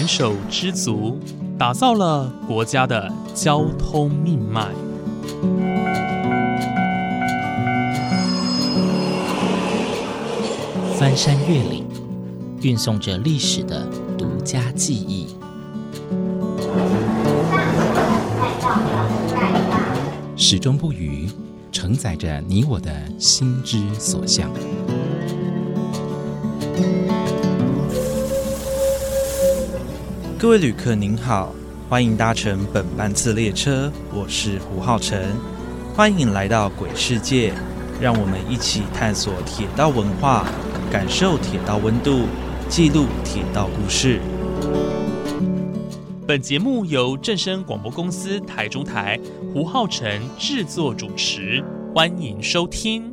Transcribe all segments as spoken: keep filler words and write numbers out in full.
手知足，打造了国家的交通命脉。 翻山越岭，运送着历史的独家记忆。 始终不渝，承载着你我的心之所向。 各位旅客您好，欢迎搭乘本班次列车，我是胡浩辰，欢迎来到鬼世界，让我们一起探索铁道文化，感受铁道温度，记录铁道故事。 本节目由正声广播公司台中台胡浩辰制作主持，欢迎收听。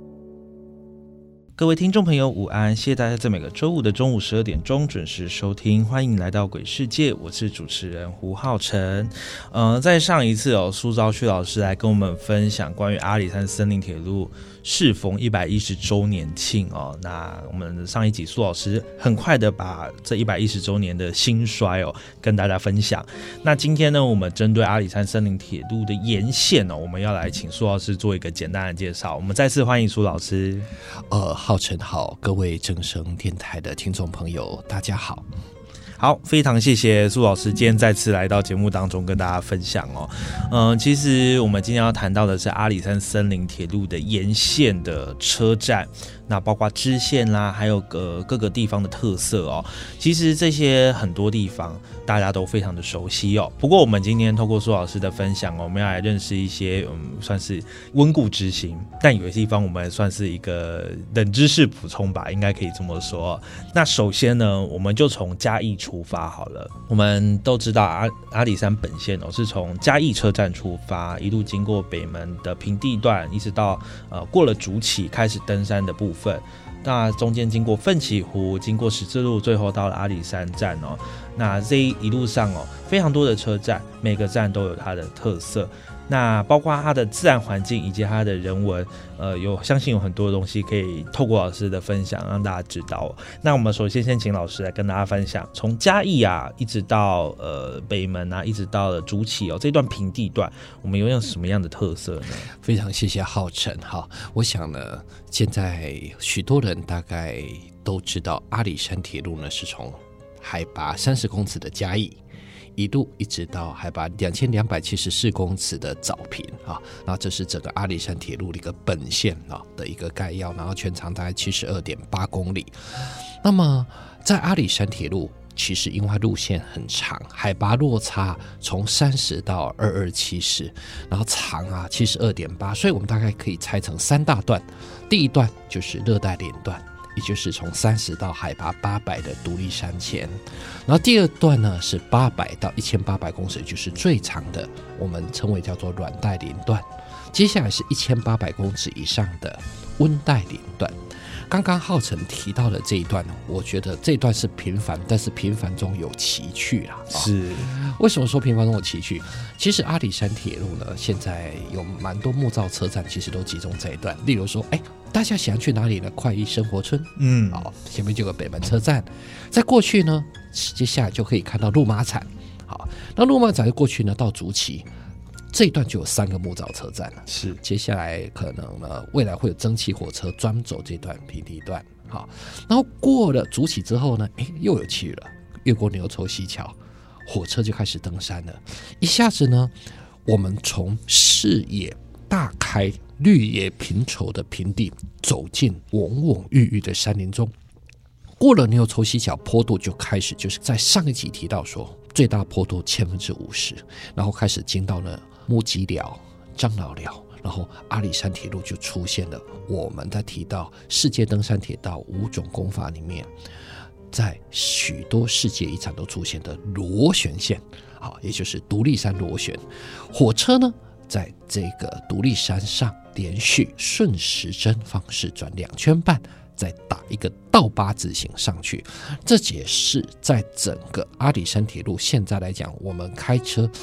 各位听众朋友午安，谢谢大家在每个周五的中午十二点钟准时收听，欢迎来到鬼世界，我是主持人胡浩辰。呃，在上一次哦，苏昭旭老师来跟我们分享关于阿里山森林铁路适逢一百一十周年庆哦，那我们上一集苏老师很快的把这一百一十周年的兴衰哦跟大家分享。那今天呢，我们针对阿里山森林铁路的沿线哦，我们要来请苏老师做一个简单的介绍。我们再次欢迎苏老师。 呃，浩辰好，各位正声电台的听众朋友，大家好。 好，非常谢谢苏老师今天再次来到节目当中跟大家分享哦。嗯，其实我们今天要谈到的是阿里山森林铁路的沿线的车站，那包括支线啦，还有各各个地方的特色哦。其实这些很多地方大家都非常的熟悉哦。不过我们今天透过苏老师的分享哦，我们要来认识一些嗯，算是温故知新，但有些地方我们算是一个冷知识补充吧，应该可以这么说。那首先呢，我们就从嘉义出发好了。我们都知道阿阿里山本线哦，是从嘉义车站出发，一路经过北门的平地段，一直到呃过了竹崎开始登山的部分。那中间经过奋起湖，经过十字路，最后到了阿里山站哦。那这一路上哦，非常多的车站，每个站都有它的特色。那包括它的自然环境以及它的人文，呃，有相信有很多东西可以透过老师的分享让大家知道。那我们首先先请老师来跟大家分享，从嘉义啊一直到呃北门啊，一直到了竹崎哦这段平地段，我们有用什么样的特色呢？ 非常谢谢浩辰哈，我想呢，现在许多人大概都知道阿里山铁路呢是从海拔三十公尺的嘉义。一路一直到海拔两千两百七十四公尺的藻坪啊，那这是整个阿里山铁路的一个本线啊的一个概要，然后全长大概七十二点八公里。那么在阿里山铁路，其实因为它路线很长，海拔落差从三十到二二七十，然后长啊七十二点八，所以我们大概可以拆成三大段。第一段就是热带连段，也就是从三十到海拔八百的独立山前，然后第二段呢是八百到一千八百公尺，就是最长的，我们称为叫做软带连段。接下来是一千八百公尺以上的温带连段。刚刚浩辰提到的这一段，我觉得这一段是平凡，但是平凡中有奇趣啦。 是， 为什么说平凡中有奇趣？其实阿里山铁路呢，现在有蛮多木造车站，其实都集中这一段。例如说，哎，大家想去哪里呢？快意生活村，嗯，好，前面就有个北门车站。再过去呢，接下来就可以看到鹿马场。好，那鹿马场过去呢，到竹崎。这一段就有三个木造车站了， 是接下来可能呢，未来会有蒸汽火车专门走这段平地段，好，然后过了竹崎之后呢，哎，又有趣了，越过牛稠溪桥，火车就开始登山了，一下子呢，我们从视野大开、绿野平畴的平地，走进蓊蓊郁郁的山林中。过了牛稠溪桥，坡度就开始，就是在上一集提到说，最大坡度千分之五十，然后开始进到了木屐寮、樟脑寮，然后阿里山铁路就出现了。我们在提到世界登山铁道五种工法里面，在许多世界遗产都出现的螺旋线，好，也就是独立山螺旋。火车呢，在这个独立山上连续顺时针方式转两圈半，再打一个倒八字形上去，这也是在整个阿里山铁路现在来讲，我们开车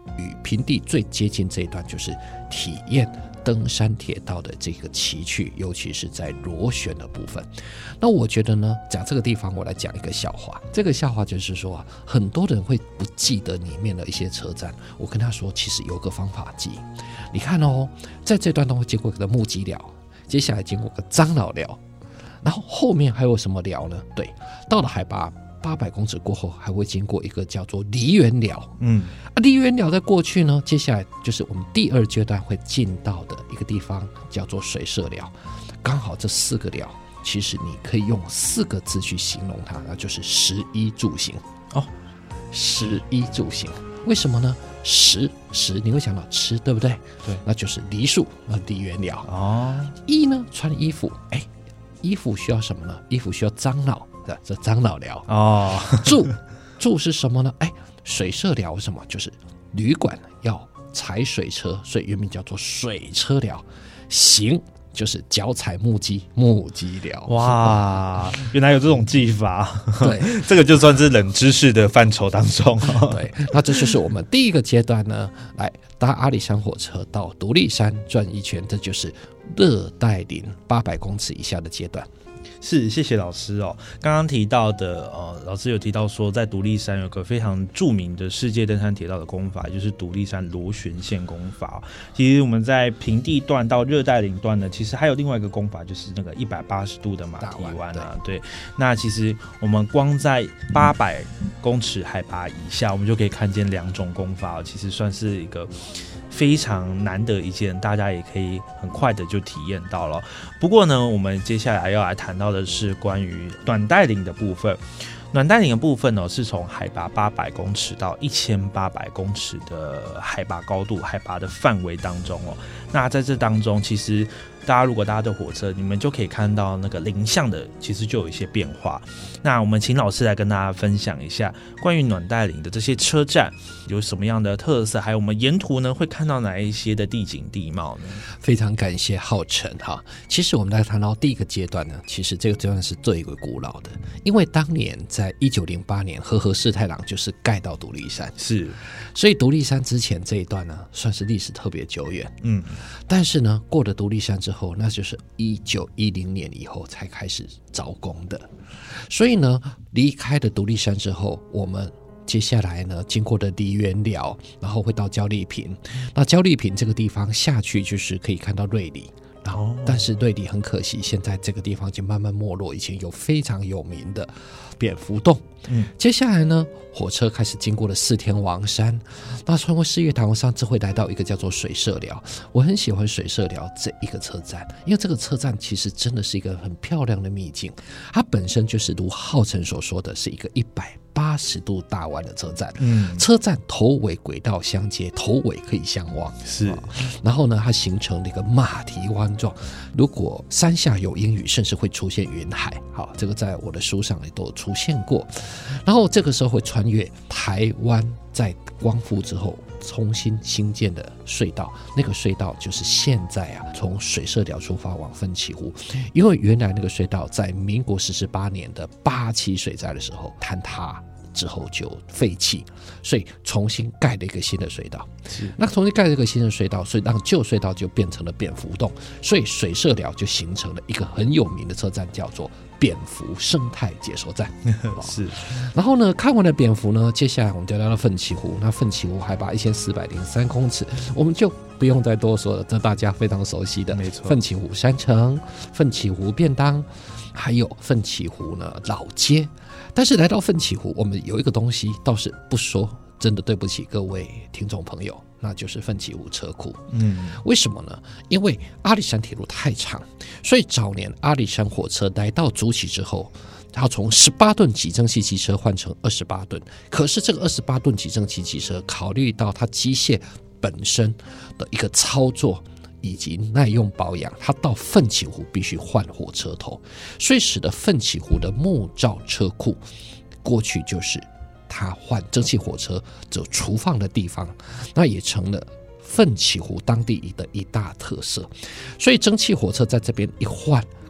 与平地最接近这一段，就是体验登山铁道的这个崎岖，尤其是在螺旋的部分。那我觉得呢，讲这个地方我来讲一个笑话。这个笑话就是说啊，很多人会不记得里面的一些车站。我跟他说，其实有个方法记。你看哦，在这段都会经过个木屐寮，接下来经过个樟脑寮，然后后面还有什么寮呢？对，到了海拔八百公尺过后，还会经过一个叫做梨园寮。嗯，啊，梨园寮在过去呢，接下来就是我们第二阶段会进到的一个地方，叫做水社寮。刚好这四个寮，其实你可以用四个字去形容它，那就是食衣住行。哦，食衣住行，为什么呢？食食你会想到吃，对不对？对，那就是梨树，那梨园寮。哦，衣呢，穿衣服，哎，衣服需要什么呢？衣服需要樟脑。这樟脑寮哦，住住是什么呢？哎，水社寮什么？就是旅馆要踩水车，所以原名叫做水车寮。行就是脚踩木屐，木屐寮。 哇，原来有这种技法。 对， 这个就算是冷知识的范畴当中。 对，那这就是我们第一个阶段呢，来搭阿里山火车到独立山转一圈，这就是热带林八百公尺以下的阶段。 是，谢谢老师哦。刚刚提到的，呃，老师有提到说，在独立山有个非常著名的世界登山铁道的工法，就是独立山螺旋线工法。其实我们在平地段到热带林段呢，其实还有另外一个工法，就是那个一百八十度的马蹄湾啊。对，那其实我们光在八百公尺海拔以下，我们就可以看见两种工法，其实算是一个非常难得一件，大家也可以很快的就体验到了。不过呢，我们接下来要来谈到的是关于暖带林的部分。暖带林的部分呢，是从海拔八百公尺到一千八百公尺的海拔高度、海拔的范围当中哦。那在这当中，其实大家如果搭的火车，你们就可以看到那个林相的，其实就有一些变化。那我们请老师来跟大家分享一下关于暖带林的这些车站有什么样的特色，还有我们沿途呢会看到哪一些的地景地貌呢？ 非常感谢浩辰哈。其实我们来谈到第一个阶段呢，其实这个阶段是最为古老的，因为当年在一九零八年，和合世太郎就是盖到独立山， 是， 所以独立山之前这一段呢，算是历史特别久远。嗯，但是呢，过了独立山之后，那就是一九一零年以后才开始着工的。所以呢，离开了独立山之后，我们接下来呢，经过的梨园寮，然后会到焦立坪。那焦立坪这个地方下去，就是可以看到瑞里。然后，但是瑞里很可惜，现在这个地方已经慢慢没落。以前有非常有名的蝙蝠洞。嗯，接下来呢，火车开始经过了四天王山，那穿过四月潭王山，这会来到一个叫做水社寮。我很喜欢水社寮这一个车站，因为这个车站其实真的是一个很漂亮的秘境，它本身就是如浩辰所说的是一个一百八十度大弯的车站。嗯，车站头尾轨道相接，头尾可以相望。 是，哦， 然后呢，它形成了一个马蹄湾状。如果山下有阴雨，甚至会出现云海。好，这个在我的书上也都有出现过。然后这个时候会穿越台湾，在光复之后重新新建的隧道，那个隧道就是现在啊，从水社寮出发往奋起湖，因为原来那个隧道在民国十八年的八七水灾的时候坍塌之后就废弃，所以重新盖了一个新的隧道。那重新盖了一个新的隧道，所以让旧隧道就变成了蝙蝠洞，所以水社寮就形成了一个很有名的车站，叫做蝙蝠生态解说站。 是， 然后呢，看完了蝙蝠呢，接下来我们就来到奋起湖。那奋起湖海拔一千四百零三公尺，我们就不用再多说了，这大家非常熟悉的，没错，奋起湖山城、奋起湖便当，还有奋起湖呢老街。但是来到奋起湖，我们有一个东西倒是不说，真的对不起各位听众朋友，那就是奋起湖车库。嗯，为什么呢？因为阿里山铁路太长，所以早年阿里山火车来到竹崎之后，它从十八吨集蒸汽机车换成二十八吨，可是这个二十八吨集蒸汽机车考虑到它机械本身的一个操作以及耐用保养，它到奋起湖必须换火车头，所以使得奋起湖的木造车库过去就是它换蒸汽火车走厨房的地方，那也成了奋起湖当地的一大特色。所以蒸汽火车在这边一换，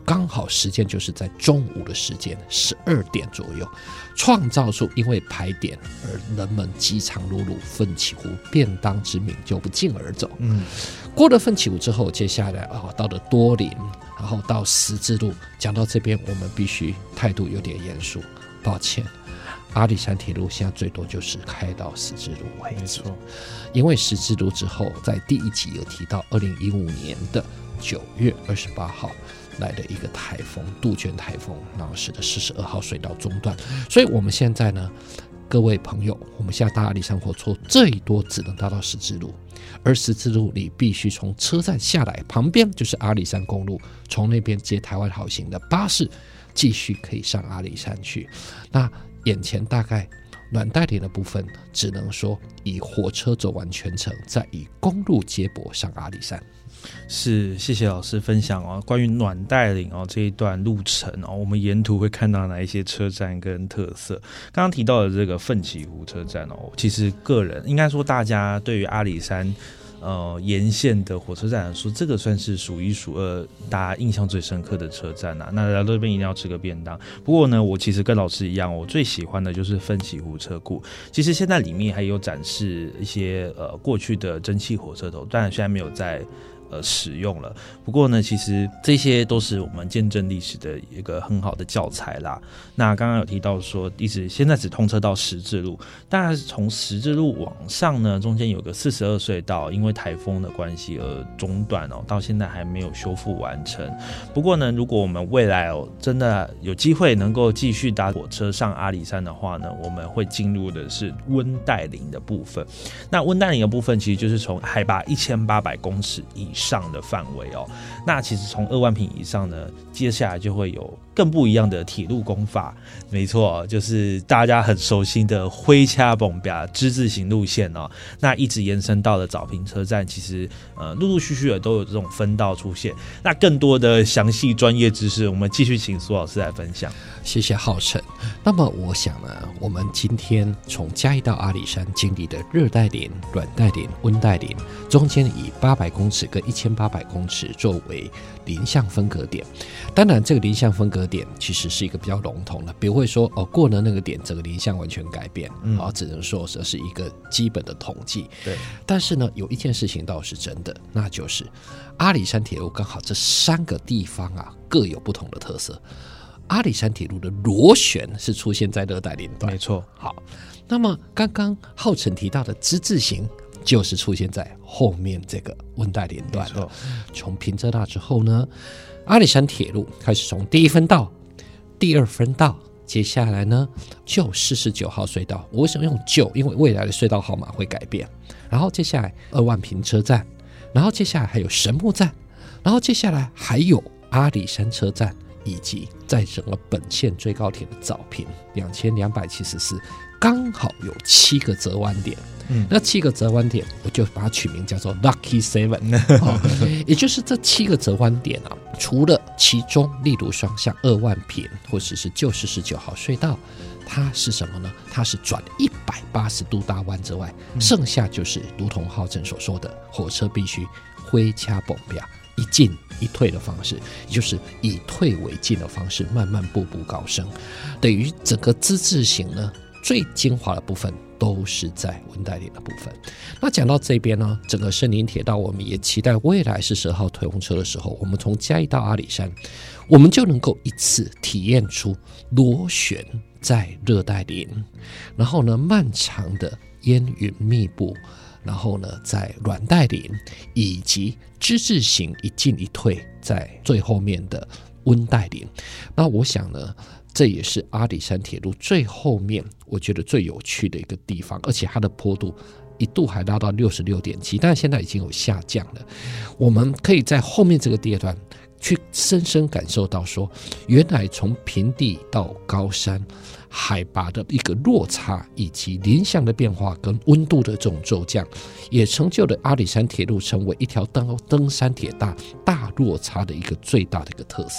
刚好时间就是在中午的时间十二点左右，创造出因为排点而人们饥肠辘辘，奋起湖便当之名就不胫而走。嗯，过了奋起湖之后，接下来啊、哦、到了多林，然后到十字路。讲到这边，我们必须态度有点严肃，抱歉。阿里山铁路现在最多就是开到十字路为止，没错。因为十字路之后，在第一集有提到，二零一五年的九月二十八号来的一个台风杜鹃台风，然后使得四十二号隧道中断。所以我们现在呢，各位朋友，我们现在搭阿里山火车最多只能搭到十字路，而十字路你必须从车站下来，旁边就是阿里山公路，从那边接台湾好行的巴士，继续可以上阿里山去。那眼前大概暖带林的部分，只能说以火车走完全程，再以公路接驳上阿里山。 是，谢谢老师分享哦，关于暖带林哦这一段路程哦，我们沿途会看到哪一些车站跟特色？刚刚提到的这个奋起湖车站哦，其实个人应该说大家对于阿里山呃沿线的火车站来说，这个算是数一数二大家印象最深刻的车站啊。那来到这边一定要吃个便当。不过呢，我其实跟老师一样，我最喜欢的就是奋起湖车库。其实现在里面还有展示一些呃过去的蒸汽火车头，当然现在没有在呃使用了。不过呢，其实这些都是我们见证历史的一个很好的教材啦。那刚刚有提到说，一直现在只通车到十字路，当然从十字路往上呢，中间有个四十二隧道，因为台风的关系而中断哦，到现在还没有修复完成。不过呢，如果我们未来哦真的有机会能够继续搭火车上阿里山的话呢，我们会进入的是温带林的部分。那温带林的部分其实就是从海拔一千八百公尺以上的范围哦。那其实从二万坪以上呢，接下来就会有更不一样的铁路工法。没错，就是大家很熟悉的灰掐蹦吧之字形路线哦。那一直延伸到了早平车站，其实呃陆陆续续的都有这种分道出现。那更多的详细专业知识，我们继续请苏老师来分享。 谢谢浩辰。那么我想呢，我们今天从嘉义到阿里山经历的热带林、暖带林、温带林，中间以八百公尺跟一千八百公尺作为林相分隔点。当然，这个林相分隔点其实是一个比较笼统的，不会说哦过了那个点，整个林相完全改变，嗯，哦，只能说这是一个基本的统计。 对。 但是呢，有一件事情倒是真的，那就是阿里山铁路刚好这三个地方啊各有不同的特色。阿里山铁路的螺旋是出现在热带林段， 没错。 好，那么刚刚浩辰提到的之字形就是出现在后面这个温带林段了。从平遮大之后呢，阿里山铁路开始从第一分道、第二分道，接下来呢就四十九号隧道。我为什么用旧？因为未来的隧道号码会改变。然后接下来二万坪车站，然后接下来还有神木站，然后接下来还有阿里山车站。以及在整个本线最高铁的早平两千两百七十四，刚好有七个折弯点。嗯，那七个折弯点，我就把它取名叫做 Lucky Seven，哦，也就是这七个折弯点啊，除了其中例如双向二万坪或者是旧四十九号隧道，它是什么呢？它是转一百八十度大弯之外，嗯，剩下就是如同浩辰所说的，火车必须灰掐蹦吧。一进一退的方式，也就是以退为进的方式，慢慢步步高升。等于整个之字形呢，最精华的部分都是在温带林的部分。那讲到这边呢，整个森林铁道，我们也期待未来四十号推通车的时候，我们从嘉义到阿里山，我们就能够一次体验出螺旋在热带林，然后呢，漫长的烟云密布。然后呢，在暖带林以及之字形一进一退，在最后面的温带林。那我想呢，这也是阿里山铁路最后面我觉得最有趣的一个地方，而且它的坡度一度还拉到六十六点七，但现在已经有下降了。我们可以在后面这个地段去深深感受到说，原来从平地到高山海拔的一个落差，以及林相的变化跟温度的这种骤降，也成就了阿里山铁路成为一条登登山铁道大落差的一个最大的一个特色。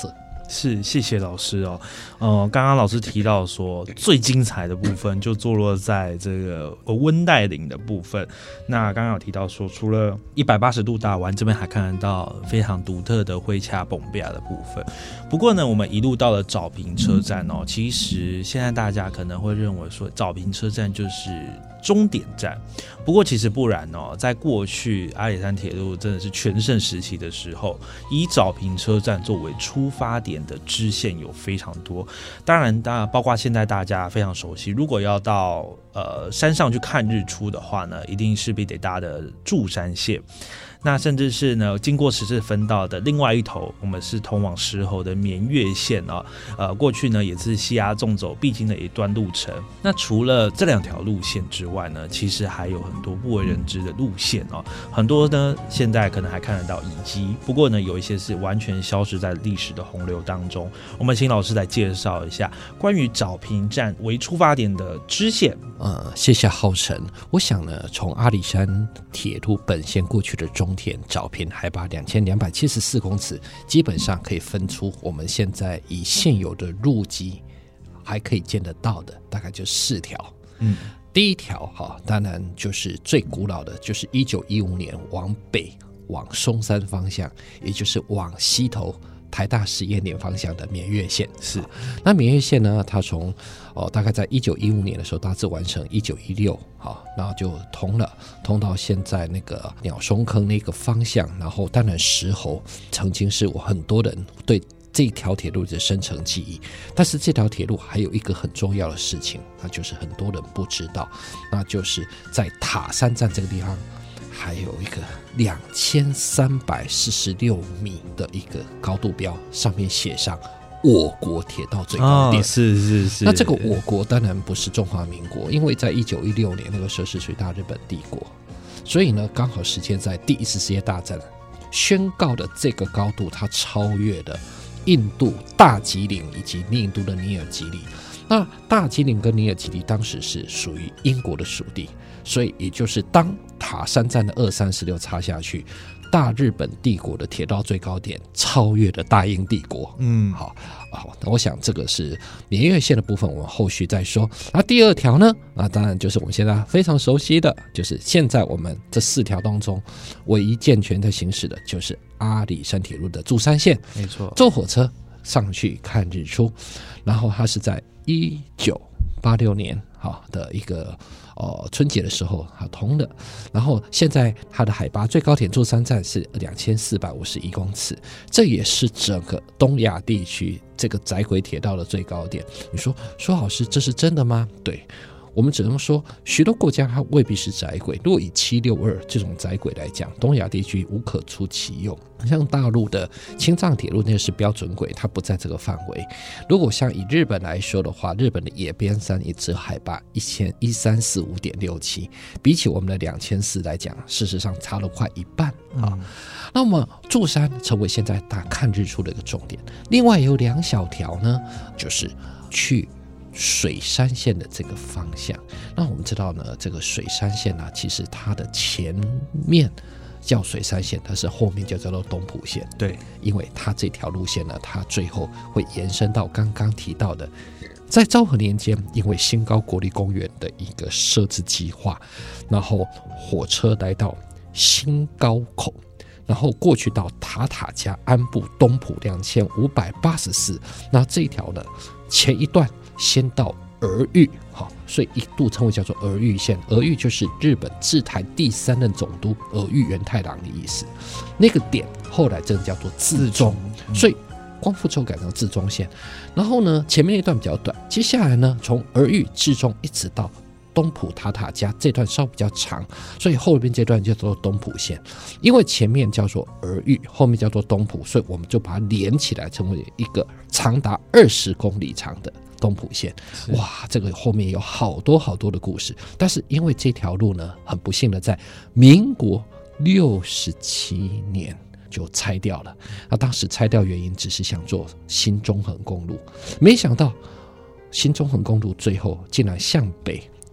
是，谢谢老师哦。呃，刚刚老师提到说，最精彩的部分就坐落在这个温带岭的部分。那刚刚有提到说，除了一百八十度大弯，这边还看得到非常独特的灰卡崩壁的部分。不过呢，我们一路到了沼平车站哦，其实现在大家可能会认为说，沼平车站就是终点站。不过其实不然哦，在过去阿里山铁路真的是全盛时期的时候，以沼平车站作为出发点的支线有非常多。当然，当然包括现在大家非常熟悉，如果要到呃山上去看日出的话呢，一定势必得搭的柱山线。那甚至是呢，经过十字分道的另外一头，我们是通往石猴的绵月线啊、哦。呃，过去呢也是西牙纵走必经的一段路程。那除了这两条路线之外呢，其实还有很多不为人知的路线哦。很多呢现在可能还看得到遗迹，不过呢有一些是完全消失在历史的洪流当中。我们请老师来介绍一下关于沼平站为出发点的支线。 呃，谢谢浩辰。我想呢，从阿里山铁路本线过去的中田沼平海拔两千两百七十四公尺，基本上可以分出我们现在以现有的路基还可以见得到的，大概就四条。嗯，第一条哈，当然就是最古老的，就是一九一五年往北往松山方向，也就是往西头台大实验点方向的绵月线。是，那绵月线呢，它从哦大概在一九一五年的时候大致完成，一九一六好，然后就通了，通到现在那个鸟松坑那个方向。然后当然石猴曾经是我很多人对这条铁路的深层记忆，但是这条铁路还有一个很重要的事情，那就是很多人不知道，那就是在塔山站这个地方还有一个两千三百四十六米的一个高度标，上面写上我国铁道最高点。哦， 是是是。 那这个我国当然不是中华民国，因为在一九一六年那个时候是属于大日本帝国，所以呢刚好时间在第一次世界大战宣告的这个高度，它超越了印度大吉岭以及印度的尼尔吉里。那大吉岭跟尼尔吉里当时是属于英国的属地，所以也就是当塔山站的二三十六插下去，大日本帝国的铁道最高点超越了大英帝国。嗯，好，好，我想这个是绵月线的部分，我们后续再说。那第二条呢？啊，当然就是我们现在非常熟悉的，就是现在我们这四条当中唯一健全在行驶的，就是阿里山铁路的柱山线。 没错， 坐火车上去看日出，然后它是在一九八六年好的一个呃春节的时候它通的，然后现在它的海拔最高点柱山站是两千四百五十一公尺，这也是整个东亚地区这个窄轨铁道的最高点。你说说老师，这是真的吗？对，我们只能说许多国家它未必是窄轨，如果以七六二这种窄轨来讲，东亚地区无可出其右。像大陆的青藏铁路那是标准轨，它不在这个范围。如果像以日本来说的话，日本的野边山也只有海拔一三四五点六七，比起我们的两千四来讲，事实上差了快一半啊。嗯，那么柱山成为现在大看日出的一个重点。另外有两小条呢，就是去水山线的这个方向。那我们知道呢，这个水山线呢，其实它的前面叫水山线，但是后面就叫做东浦线。 对， 因为它这条路线呢，它最后会延伸到刚刚提到的，在昭和年间，因为新高国立公园的一个设置计划，然后火车来到新高口，然后过去到塔塔加安部东浦两千五百八十四，那这一条呢，前一段先到儿玉，所以一度称为叫做儿玉线。儿玉就是日本制台第三任总督儿玉源太郎的意思。那个点后来真的叫做自中，嗯，所以光复之后改成自中线。然后呢，前面那段比较短，接下来呢，从儿玉至中一直到东浦塔塔加这段稍比较长，所以后边这段叫做东浦线。因为前面叫做儿玉，后面叫做东浦，所以我们就把它连起来，成为一个长达二十公里长的东浦线。哇，这个后面有好多好多的故事。但是因为这条路呢，很不幸的在民国六十七年就拆掉了。那当时拆掉原因只是想做新中横公路，没想到新中横公路最后竟然向北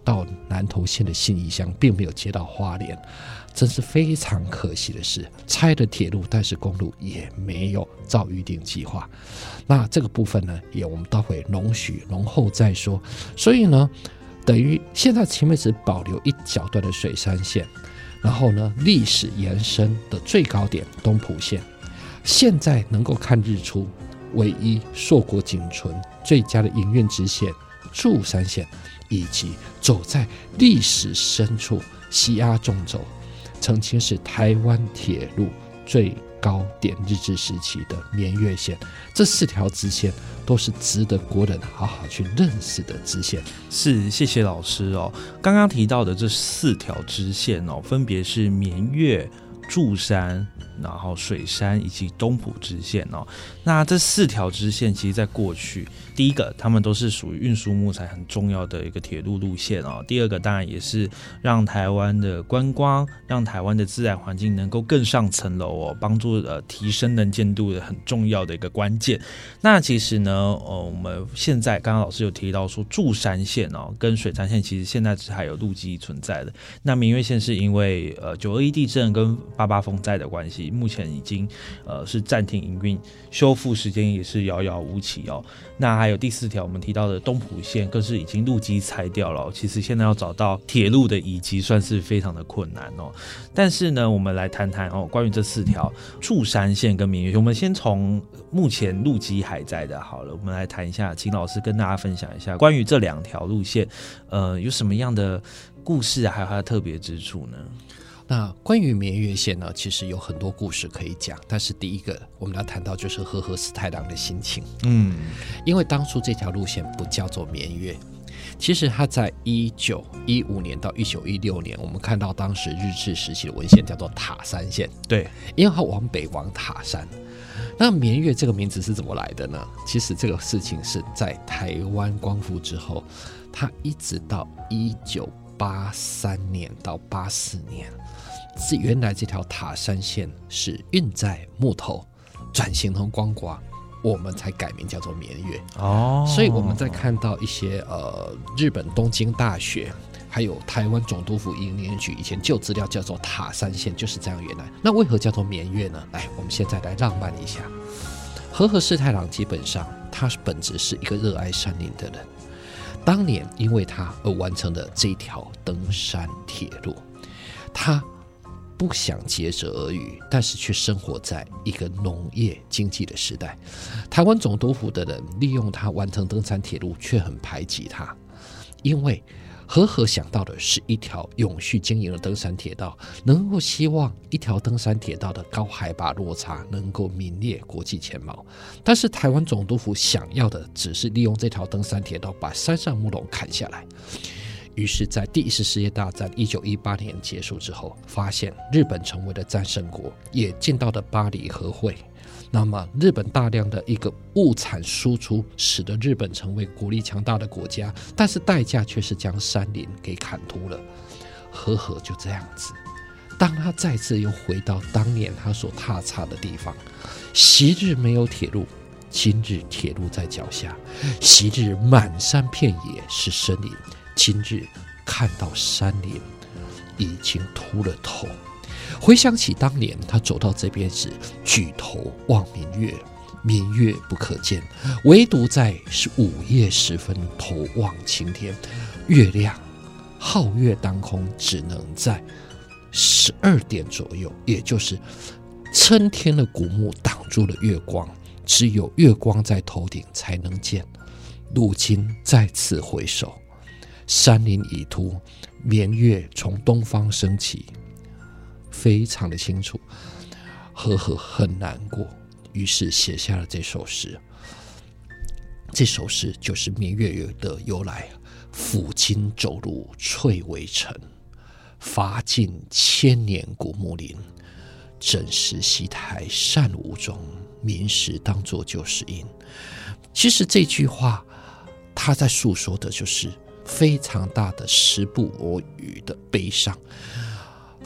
到南投县的信义乡，并没有接到花莲，真是非常可惜的事。拆了铁路，但是公路也没有照预定计划。那这个部分呢，也我们待会容许容后再说。所以呢，等于现在前面只保留一小段的水山线，然后呢，历史延伸的最高点东埔线，现在能够看日出，唯一硕果仅存最佳的营运支线祝山线，以及走在历史深处西压纵轴，曾经是台湾铁路最高点日治时期的绵月线，这四条支线都是值得国人好好去认识的支线。 是，谢谢老师哦。刚刚提到的这四条支线哦，分别是绵月、祝山、然后水山以及东埔支线哦。那这四条支线其实在过去，第一个他们都是属于运输木材很重要的一个铁路路线哦。第二个当然也是让台湾的观光、让台湾的自然环境能够更上层楼哦，帮助呃提升能见度的很重要的一个关键。那其实呢，呃，我们现在刚刚老师有提到说祝山线哦跟水山线其实现在是还有路基存在的。那绵月线是因为呃九二一地震跟八八风灾的关系，目前已经呃是暂停营运，修复时间也是遥遥无期哦。那还有第四条我们提到的东埔线，更是已经路基拆掉了、哦。其实现在要找到铁路的遗迹，算是非常的困难哦。但是呢，我们来谈谈哦，关于这四条祝山线跟绵月线，我们先从目前路基还在的好了，我们来谈一下，请老师跟大家分享一下关于这两条路线，呃，有什么样的故事啊，还有它的特别之处呢？ 那关于绵月线呢，其实有很多故事可以讲，但是第一个我们要谈到就是和和石太郎的心情。嗯，因为当初这条路线不叫做绵月，其实它在一九一五年到一九一六年，我们看到当时日治时期的文献叫做塔山线。 对， 因为它往北往塔山。那绵月这个名字是怎么来的呢？其实这个事情是在台湾光复之后，它一直到一九八三年到八四年。是原来这条塔山线是运载木头转型成观光，我们才改名叫做绵月哦。所以我们在看到一些呃日本东京大学还有台湾总督府营年局以前旧资料叫做塔山线，就是这样原来。那为何叫做绵月呢？来，我们现在来浪漫一下。和和石太郎基本上他本质是一个热爱山林的人，当年因为他而完成了这条登山铁路，他不想竭泽而渔，但是却生活在一个农业经济的时代。台湾总督府的人利用他完成登山铁路，却很排挤他，因为和和想到的是一条永续经营的登山铁道，能够希望一条登山铁道的高海拔落差能够名列国际前茅。但是台湾总督府想要的只是利用这条登山铁道把山上木龙砍下来。于是在第一次世界大战一九一八年结束之后，发现日本成为了战胜国，也进到了巴黎和会。那么日本大量的一个物产输出，使得日本成为国力强大的国家，但是代价却是将山林给砍秃了。和和就这样子，当他再次又回到当年他所踏查的地方，昔日没有铁路，今日铁路在脚下；昔日满山遍野是森林，今日看到山林已经秃了头。回想起当年他走到这边时，举头望明月，明月不可见，唯独在是午夜时分头望青天，月亮皓月当空，只能在十二点左右，也就是撑天的古木挡住了月光，只有月光在头顶才能见。如今再次回首，山林已秃，绵月从东方升起，非常的清楚。和和很难过，于是写下了这首诗。这首诗就是绵月的由来。抚今走入翠微尘，伐尽千年古木林。枕石溪台善无踪，明时当作旧时音。其实这句话他在诉说的就是非常大的时不我与的悲伤。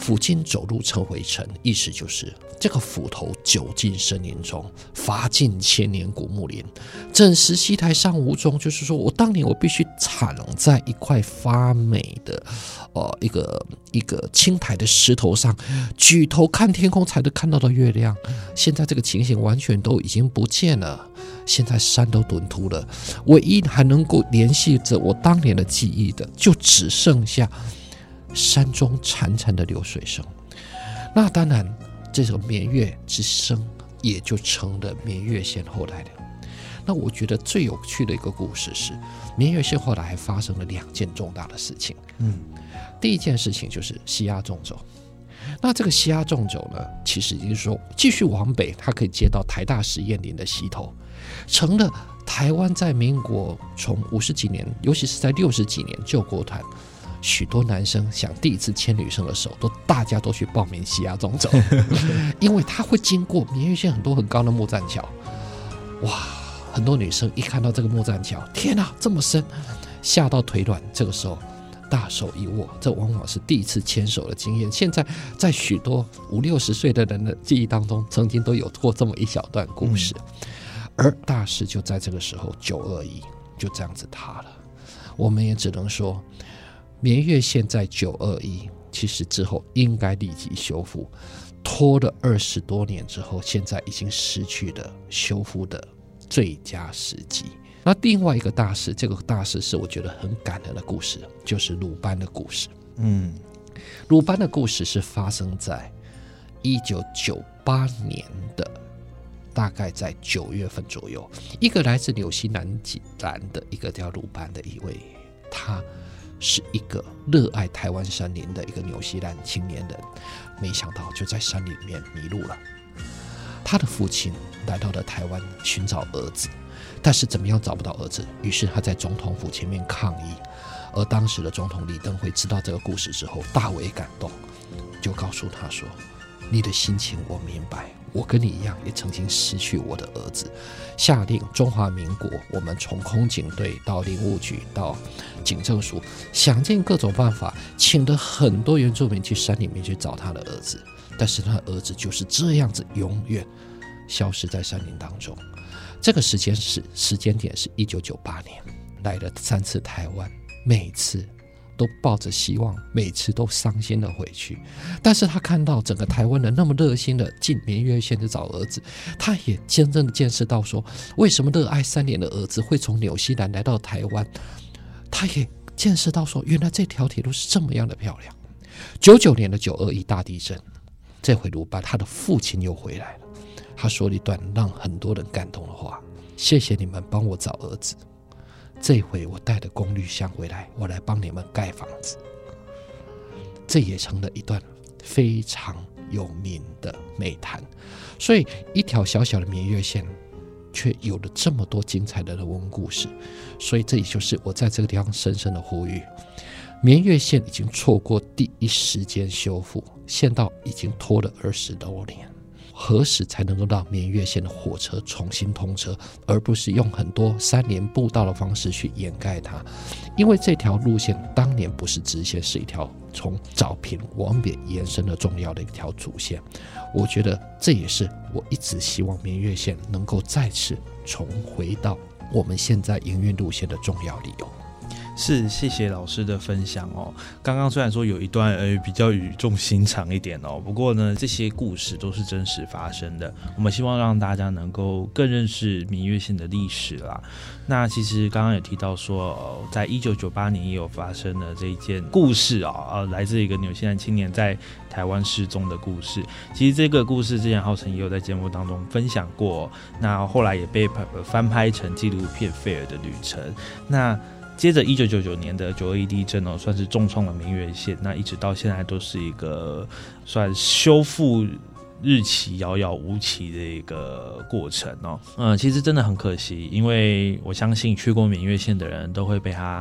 抚今走入成回城，意思就是这个斧头久进森林中，伐尽千年古木林。正是西台上无踪，就是说我当年我必须躺在一块发霉的呃一个一个青苔的石头上，举头看天空才能看到的月亮。现在这个情形完全都已经不见了，现在山都遁秃了，唯一还能够联系着我当年的记忆的，就只剩下山中潺潺的流水声。那当然这首绵月之声也就成了绵月线后来的。那我觉得最有趣的一个故事是，绵月线后来还发生了两件重大的事情。嗯，第一件事情就是西亚纵轴。那这个西亚纵轴呢，其实就是说继续往北，它可以接到台大实验林的西头，成了台湾在民国从五十几年，尤其是在六十几年救国团，许多男生想第一次牵女生的手，都大家都去报名西亚纵轴，因为它会经过绵月线很多很高的木栈桥，哇！很多女生一看到这个木栈桥，天哪，这么深，吓到腿软。这个时候大手一握，这往往是第一次牵手的经验。现在在许多五六十岁的人的记忆当中，曾经都有过这么一小段故事。嗯、而大事就在这个时候，九二一就这样子塌了。我们也只能说，绵月线在九二一其实之后应该立即修复，拖了二十多年之后，现在已经失去了修复的最佳时机。那另外一个大事，这个大事是我觉得很感人的故事，就是鲁班的故事。嗯，鲁班的故事是发生在一九九八年的大概在九月份左右，一个来自纽西兰的一个叫鲁班的一位，他是一个热爱台湾山林的一个纽西兰青年人，没想到就在山里面迷路了。他的父亲来到了台湾寻找儿子，但是怎么样找不到儿子，于是他在总统府前面抗议。而当时的总统李登辉知道这个故事之后大为感动，就告诉他说，你的心情我明白，我跟你一样也曾经失去我的儿子，下令中华民国我们从空警队到林务局到警政署，想尽各种办法，请了很多原住民去山里面去找他的儿子，但是他的儿子就是这样子永远消失在山林当中。这个时间是时间点是一九九八年，来了三次台湾，每次都抱着希望，每次都伤心的回去。但是他看到整个台湾人那么热心的进绵月线去找儿子，他也真正的见识到说，为什么热爱山林的儿子会从纽西兰来到台湾。他也见识到说，原来这条铁路是这么样的漂亮。九九年的九二一大地震，这回鲁班他的父亲又回来了，他说了一段让很多人感动的话，谢谢你们帮我找儿子，这回我带了功率箱回来，我来帮你们盖房子。这也成了一段非常有名的美谈。所以一条小小的绵月线却有了这么多精彩的人文故事，所以这也就是我在这个地方深深的呼吁，绵月线已经错过第一时间修复，现到已经拖了二十多年，何时才能够让绵月线的火车重新通车，而不是用很多三连步道的方式去掩盖它。因为这条路线当年不是直线，是一条从沼平往北延伸的重要的一条主线。我觉得这也是我一直希望绵月线能够再次重回到我们现在营运路线的重要理由。 是，谢谢老师的分享哦。刚刚虽然说有一段呃比较语重心长一点哦，不过呢，这些故事都是真实发生的。我们希望让大家能够更认识绵月线的历史啦。那其实刚刚也提到说，呃、在一九九八年也有发生了这一件故事啊、呃，来自一个纽西兰青年在台湾失踪的故事。其实这个故事之前浩辰也有在节目当中分享过，那后来也被翻拍成纪录片《费尔的旅程》。那接着一九九九年的九二一地震哦，算是重创了绵月线，那一直到现在都是一个算修复日期遥遥无期的一个过程哦。嗯，其实真的很可惜，因为我相信去过绵月线的人都会被它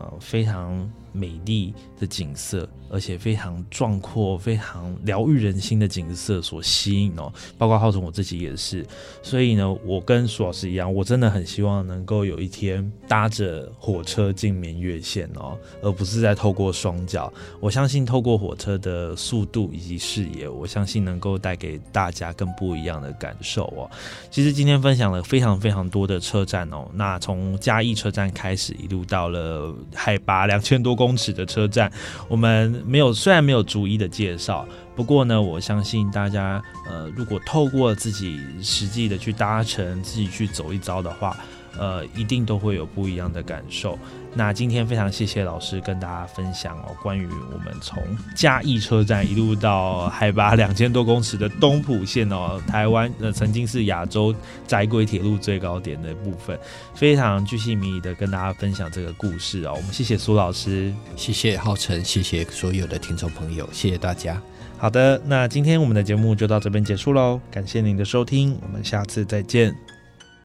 呃非常美丽的景色，而且非常壮阔、非常疗愈人心的景色所吸引哦。包括浩辰我自己也是，所以呢，我跟苏老师一样，我真的很希望能够有一天搭着火车进绵月线哦，而不是在透过双脚。我相信透过火车的速度以及视野，我相信能够带给大家更不一样的感受哦。其实今天分享了非常非常多的车站哦，那从嘉义车站开始，一路到了海拔两千多公尺的车站，我们没有虽然没有逐一的介绍，不过呢，我相信大家呃，如果透过自己实际的去搭乘，自己去走一遭的话，呃，一定都会有不一样的感受。那今天非常谢谢老师跟大家分享哦，关于我们从嘉义车站一路到海拔两千多公尺的东埔线哦，台湾呃曾经是亚洲窄轨铁路最高点的部分，非常巨细靡遗的跟大家分享这个故事哦。我们谢谢苏老师， 谢谢浩辰，谢谢所有的听众朋友，谢谢大家。 好的，那今天我们的节目就到这边结束喽，感谢您的收听，我们下次再见。